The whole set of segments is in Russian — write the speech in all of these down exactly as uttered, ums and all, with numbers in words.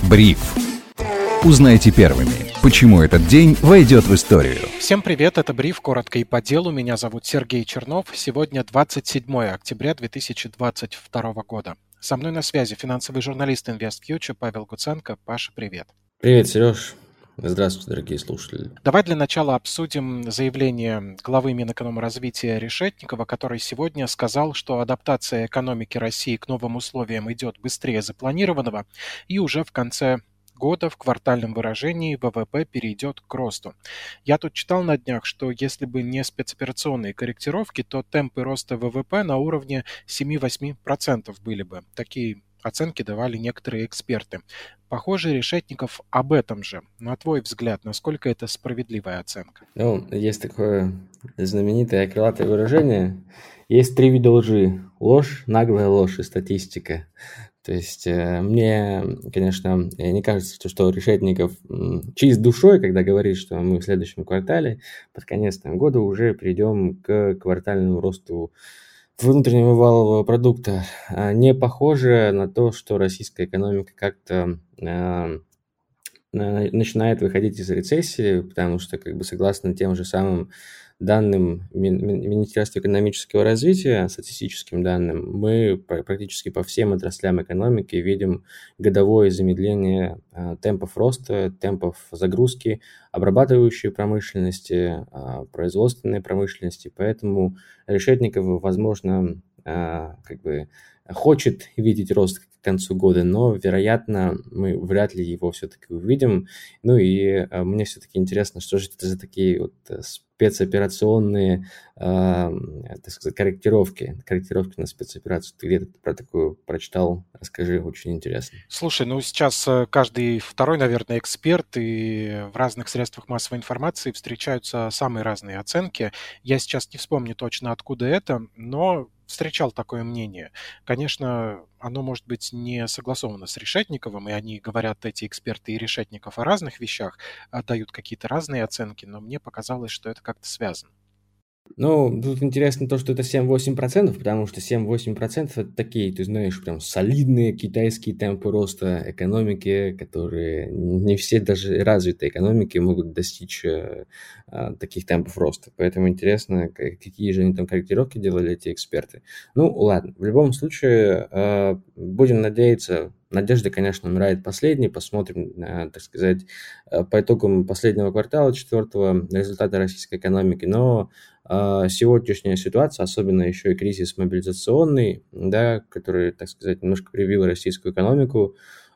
Бриф. Узнайте первыми, почему этот день войдет в историю. Всем привет, это Бриф, коротко и по делу. Меня зовут Сергей Чернов. Сегодня двадцать седьмое октября две тысячи двадцать второго года. Со мной на связи финансовый журналист InvestFuture Павел Гуценко. Паша, привет. Привет, Сереж. Здравствуйте, дорогие слушатели. Давай для начала обсудим заявление главы Минэкономразвития Решетникова, который сегодня сказал, что адаптация экономики России к новым условиям идет быстрее запланированного, и уже в конце года в квартальном выражении ВВП перейдет к росту. Я тут читал на днях, что если бы не спецоперационные корректировки, то темпы роста ВВП на уровне семь-восемь процентов были бы. Такие оценки давали некоторые эксперты. Похоже, Решетников об этом же. На твой взгляд, насколько это справедливая оценка? Ну, есть такое знаменитое крылатое выражение. Есть три вида лжи. Ложь, наглая ложь и статистика. То есть э, мне, конечно, не кажется, что Решетников м, чист душой, когда говорит, что мы в следующем квартале, под конец там, года уже перейдем к квартальному росту внутреннего валового продукта. Не похоже на то, что российская экономика как-то э, начинает выходить из рецессии, потому что, как бы, согласно тем же самым данным Министерства экономического развития, статистическим данным, мы практически по всем отраслям экономики видим годовое замедление темпов роста, темпов загрузки обрабатывающей промышленности, производственной промышленности. Поэтому Решетников, возможно, как бы хочет видеть рост к концу года, но, вероятно, мы вряд ли его все-таки увидим. Ну и э, мне все-таки интересно, что же это за такие вот спецоперационные, э, так сказать, корректировки, корректировки на спецоперацию. Ты где-то про такую прочитал? Расскажи, очень интересно. Слушай, ну сейчас каждый второй, наверное, эксперт, и в разных средствах массовой информации встречаются самые разные оценки. Я сейчас не вспомню точно, откуда это, но встречал такое мнение. Конечно, оно может быть не согласовано с Решетниковым, и они говорят, эти эксперты и Решетников, о разных вещах, дают какие-то разные оценки, но мне показалось, что это как-то связано. Ну, тут интересно то, что это семь-восемь процентов, потому что семь-восемь процентов это такие, ты знаешь, прям солидные китайские темпы роста экономики, которые не все даже развитые экономики могут достичь э, э, таких темпов роста. Поэтому интересно, какие же они там корректировки делали, эти эксперты. Ну, ладно, в любом случае, э, будем надеяться. Надежда, конечно, умирает последней. Посмотрим, так сказать, по итогам последнего квартала, четвертого, результаты российской экономики. Но сегодняшняя ситуация, особенно еще и кризис мобилизационный, да, который, так сказать, немножко привил российскую экономику,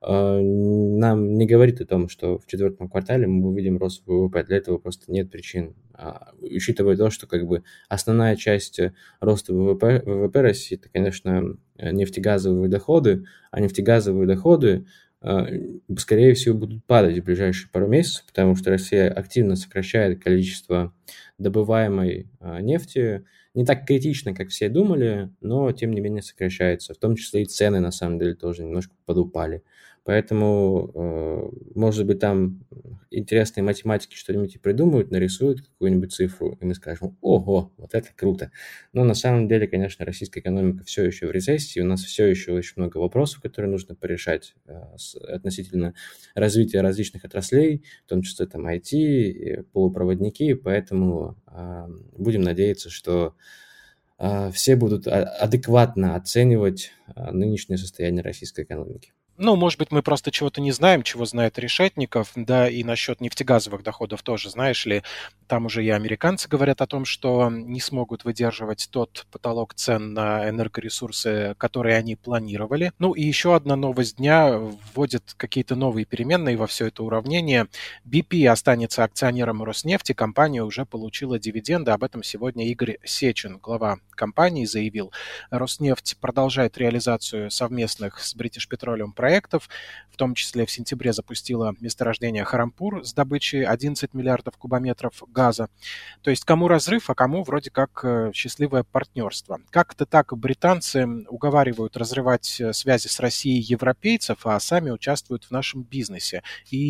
нам не говорит о том, что в четвертом квартале мы увидим рост ВВП. Для этого просто нет причин. Учитывая то, что как бы основная часть роста ВВП, ВВП России, это, конечно, нефтегазовые доходы, а нефтегазовые доходы, скорее всего, будут падать в ближайшие пару месяцев, потому что Россия активно сокращает количество добываемой нефти. Не так критично, как все думали, но, тем не менее, сокращается. В том числе и цены, на самом деле, тоже немножко подупали. Поэтому, может быть, там интересные математики что-нибудь придумают, нарисуют какую-нибудь цифру, и мы скажем: ого, вот это круто. Но на самом деле, конечно, российская экономика все еще в рецессии, у нас все еще очень много вопросов, которые нужно порешать относительно развития различных отраслей, в том числе там ай ти, полупроводники, поэтому будем надеяться, что все будут адекватно оценивать нынешнее состояние российской экономики. Ну, может быть, мы просто чего-то не знаем, чего знает Решетников, да, и насчет нефтегазовых доходов тоже, знаешь ли, там уже и американцы говорят о том, что не смогут выдерживать тот потолок цен на энергоресурсы, которые они планировали. Ну, и еще одна новость дня: вводят какие-то новые переменные во все это уравнение. би пи останется акционером Роснефти, компания уже получила дивиденды, об этом сегодня Игорь Сечин, глава компании, заявил. Роснефть продолжает реализацию совместных с British Petroleum проектов, проектов, в том числе в сентябре запустила месторождение Харампур с добычей одиннадцать миллиардов кубометров газа. То есть кому разрыв, а кому вроде как счастливое партнерство. Как-то так британцы уговаривают разрывать связи с Россией европейцев, а сами участвуют в нашем бизнесе. И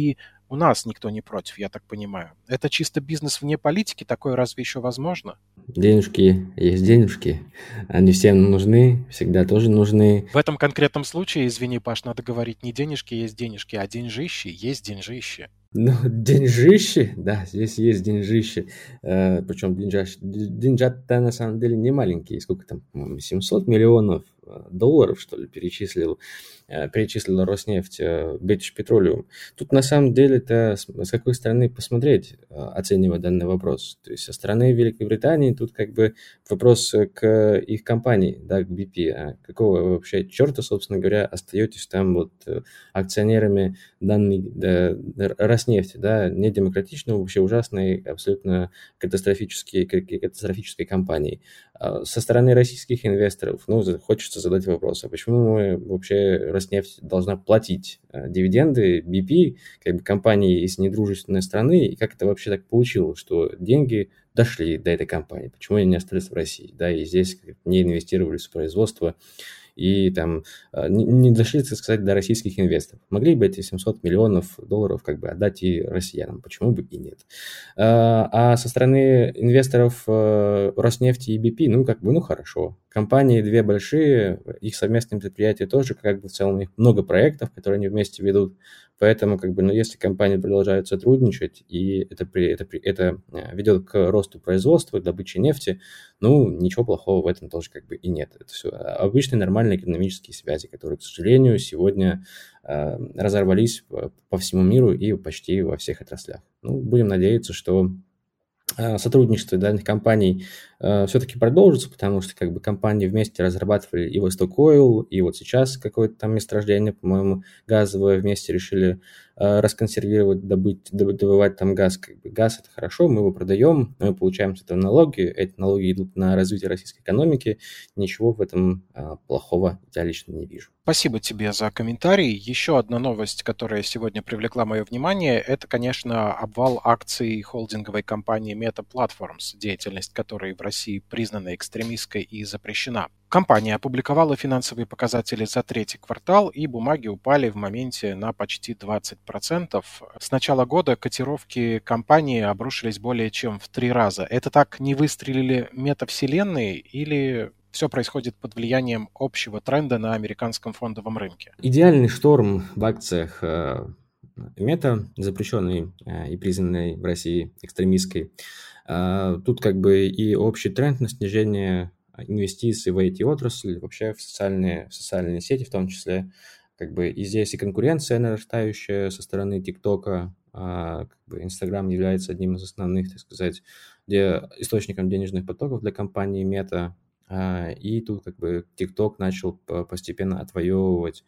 У нас никто не против, я так понимаю. Это чисто бизнес вне политики, такое разве еще возможно? Денежки есть денежки, они всем нужны, всегда тоже нужны. В этом конкретном случае, извини, Паш, надо говорить не денежки есть денежки, а деньжищи есть деньжищи. Ну, деньжище, да, здесь есть деньжище, э, причем деньжащ- д- деньжат-то на самом деле не маленькие, сколько там, по-моему, семьсот миллионов э, долларов, что ли, перечислил, э, перечислила Роснефть, э, British Petroleum. Тут на самом деле-то с, с какой стороны посмотреть, э, оценивая данный вопрос. То есть со стороны Великобритании тут как бы вопрос э, к их компании, да, к би пи. А какого вы вообще черта, собственно говоря, остаетесь там вот э, акционерами данной да, Роснефти, да, недемократичной, вообще ужасной, абсолютно катастрофической, катастрофической компании. А со стороны российских инвесторов, ну, хочется задать вопрос, а почему мы вообще Роснефть должна платить а, дивиденды би пи, как бы компании из недружественной страны, и как это вообще так получилось, что деньги дошли до этой компании, почему они не остались в России, да, и здесь не инвестировали в производство, и там а, не, не дошли, так сказать, до российских инвесторов. Могли бы эти семьсот миллионов долларов как бы отдать и россиянам, почему бы и нет. А, а со стороны инвесторов а, Роснефти и би пи, ну, как бы, ну, хорошо. Компании две большие, их совместные предприятия тоже, как бы, в целом, у них много проектов, которые они вместе ведут, поэтому, как бы, ну, если компании продолжают сотрудничать, и это, при, это, при, это ведет к росту производства, добыче нефти, ну, ничего плохого в этом тоже как бы и нет. Это все обычные нормальные экономические связи, которые, к сожалению, сегодня э, разорвались по, по всему миру и почти во всех отраслях. Ну, будем надеяться, что э, сотрудничество данных компаний э, все-таки продолжится, потому что как бы компании вместе разрабатывали и Восток Ойл, и вот сейчас какое-то там месторождение, по-моему, газовое вместе решили э, расконсервировать, добыть, добывать там газ. Как бы газ – это хорошо, мы его продаем, мы получаем с этого налоги, эти налоги идут на развитие российской экономики, ничего в этом э, плохого я лично не вижу. Спасибо тебе за комментарий. Еще одна новость, которая сегодня привлекла мое внимание, это, конечно, обвал акций холдинговой компании Meta Platforms, деятельность которой в России признана экстремистской и запрещена. Компания опубликовала финансовые показатели за третий квартал, и бумаги упали в моменте на почти двадцать процентов. С начала года котировки компании обрушились более чем в три раза. Это так не выстрелили метавселенные или все происходит под влиянием общего тренда на американском фондовом рынке? Идеальный шторм в акциях э, Мета, запрещенной э, и признанной в России экстремистской. Э, тут как бы и общий тренд на снижение инвестиций в ай ти-отрасль, вообще в социальные, в социальные сети в том числе. Как бы и здесь и конкуренция нарастающая со стороны ТикТока. А, как бы Инстаграм является одним из основных, так сказать, где источником денежных потоков для компании Мета. А, и тут как бы TikTok начал постепенно отвоевывать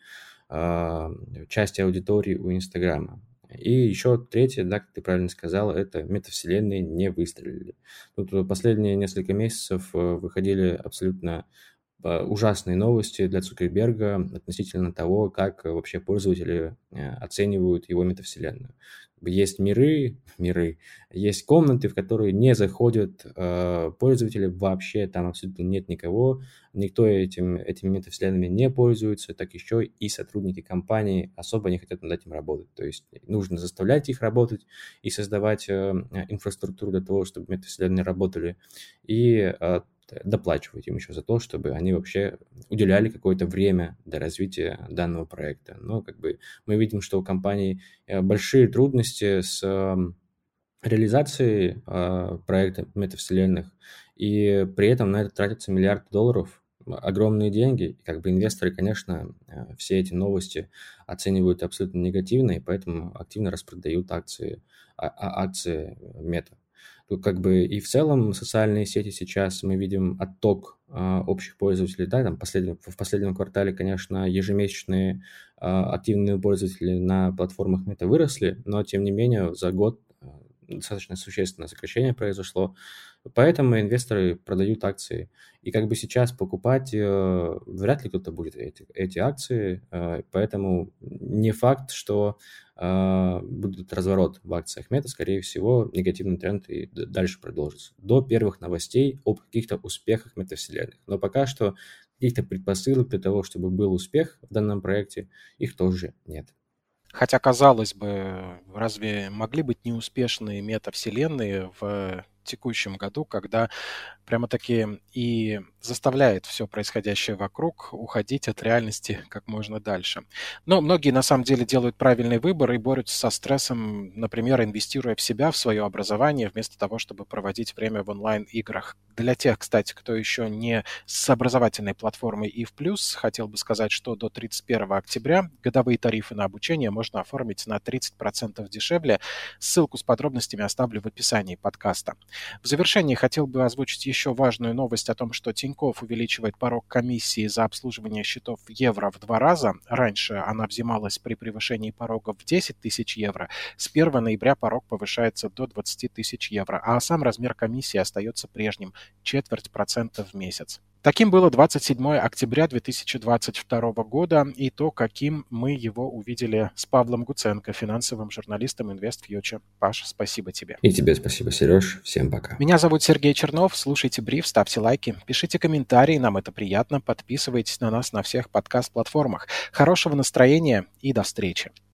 а, часть аудитории у Инстаграма. И еще третье, да, как ты правильно сказал, это метавселенные не выстрелили. Тут последние несколько месяцев выходили абсолютно ужасные новости для Цукерберга относительно того, как вообще пользователи оценивают его метавселенную. Есть миры, миры, есть комнаты, в которые не заходят э, пользователи вообще, там абсолютно нет никого, никто этим, этими метавселенными не пользуется, так еще и сотрудники компании особо не хотят над этим работать. То есть нужно заставлять их работать и создавать э, инфраструктуру для того, чтобы метавселенные работали, и э, доплачивать им еще за то, чтобы они вообще уделяли какое-то время для развития данного проекта. Но как бы мы видим, что у компании большие трудности с реализацией э, проекта метавселенных, и при этом на это тратятся миллиарды долларов, огромные деньги. И как бы инвесторы, конечно, все эти новости оценивают абсолютно негативно, и поэтому активно распродают акции, а, а, акции Мета. Тут как бы и в целом социальные сети сейчас мы видим отток а, общих пользователей, да, там последнем, в последнем квартале, конечно, ежемесячные а, активные пользователи на платформах Мета выросли, но тем не менее за год достаточно существенное сокращение произошло, поэтому инвесторы продают акции. И как бы сейчас покупать э, вряд ли кто-то будет эти, эти акции, э, поэтому не факт, что э, будет разворот в акциях Мета, скорее всего, негативный тренд и дальше продолжится. До первых новостей об каких-то успехах метавселенных. Но пока что каких-то предпосылок для того, чтобы был успех в данном проекте, их тоже нет. Хотя, казалось бы, разве могли быть неуспешные метавселенные в текущем году, когда прямо-таки и заставляет все происходящее вокруг уходить от реальности как можно дальше. Но многие на самом деле делают правильный выбор и борются со стрессом, например, инвестируя в себя, в свое образование, вместо того, чтобы проводить время в онлайн-играх. Для тех, кстати, кто еще не с образовательной платформой и в плюс, хотел бы сказать, что до тридцать первого октября годовые тарифы на обучение можно оформить на тридцать процентов дешевле. Ссылку с подробностями оставлю в описании подкаста. В завершении хотел бы озвучить еще важную новость о том, что Тинькофф увеличивает порог комиссии за обслуживание счетов в евро в два раза. Раньше она взималась при превышении порога в десять тысяч евро. С первого ноября порог повышается до двадцать тысяч евро, а сам размер комиссии остается прежним – четверть процента в месяц. Таким было двадцать седьмого октября две тысячи двадцать второго года и то, каким мы его увидели с Павлом Гуценко, финансовым журналистом InvestFuture. Паш, спасибо тебе. И тебе спасибо, Сереж. Всем пока. Меня зовут Сергей Чернов. Слушайте бриф, ставьте лайки, пишите комментарии, нам это приятно. Подписывайтесь на нас на всех подкаст-платформах. Хорошего настроения и до встречи.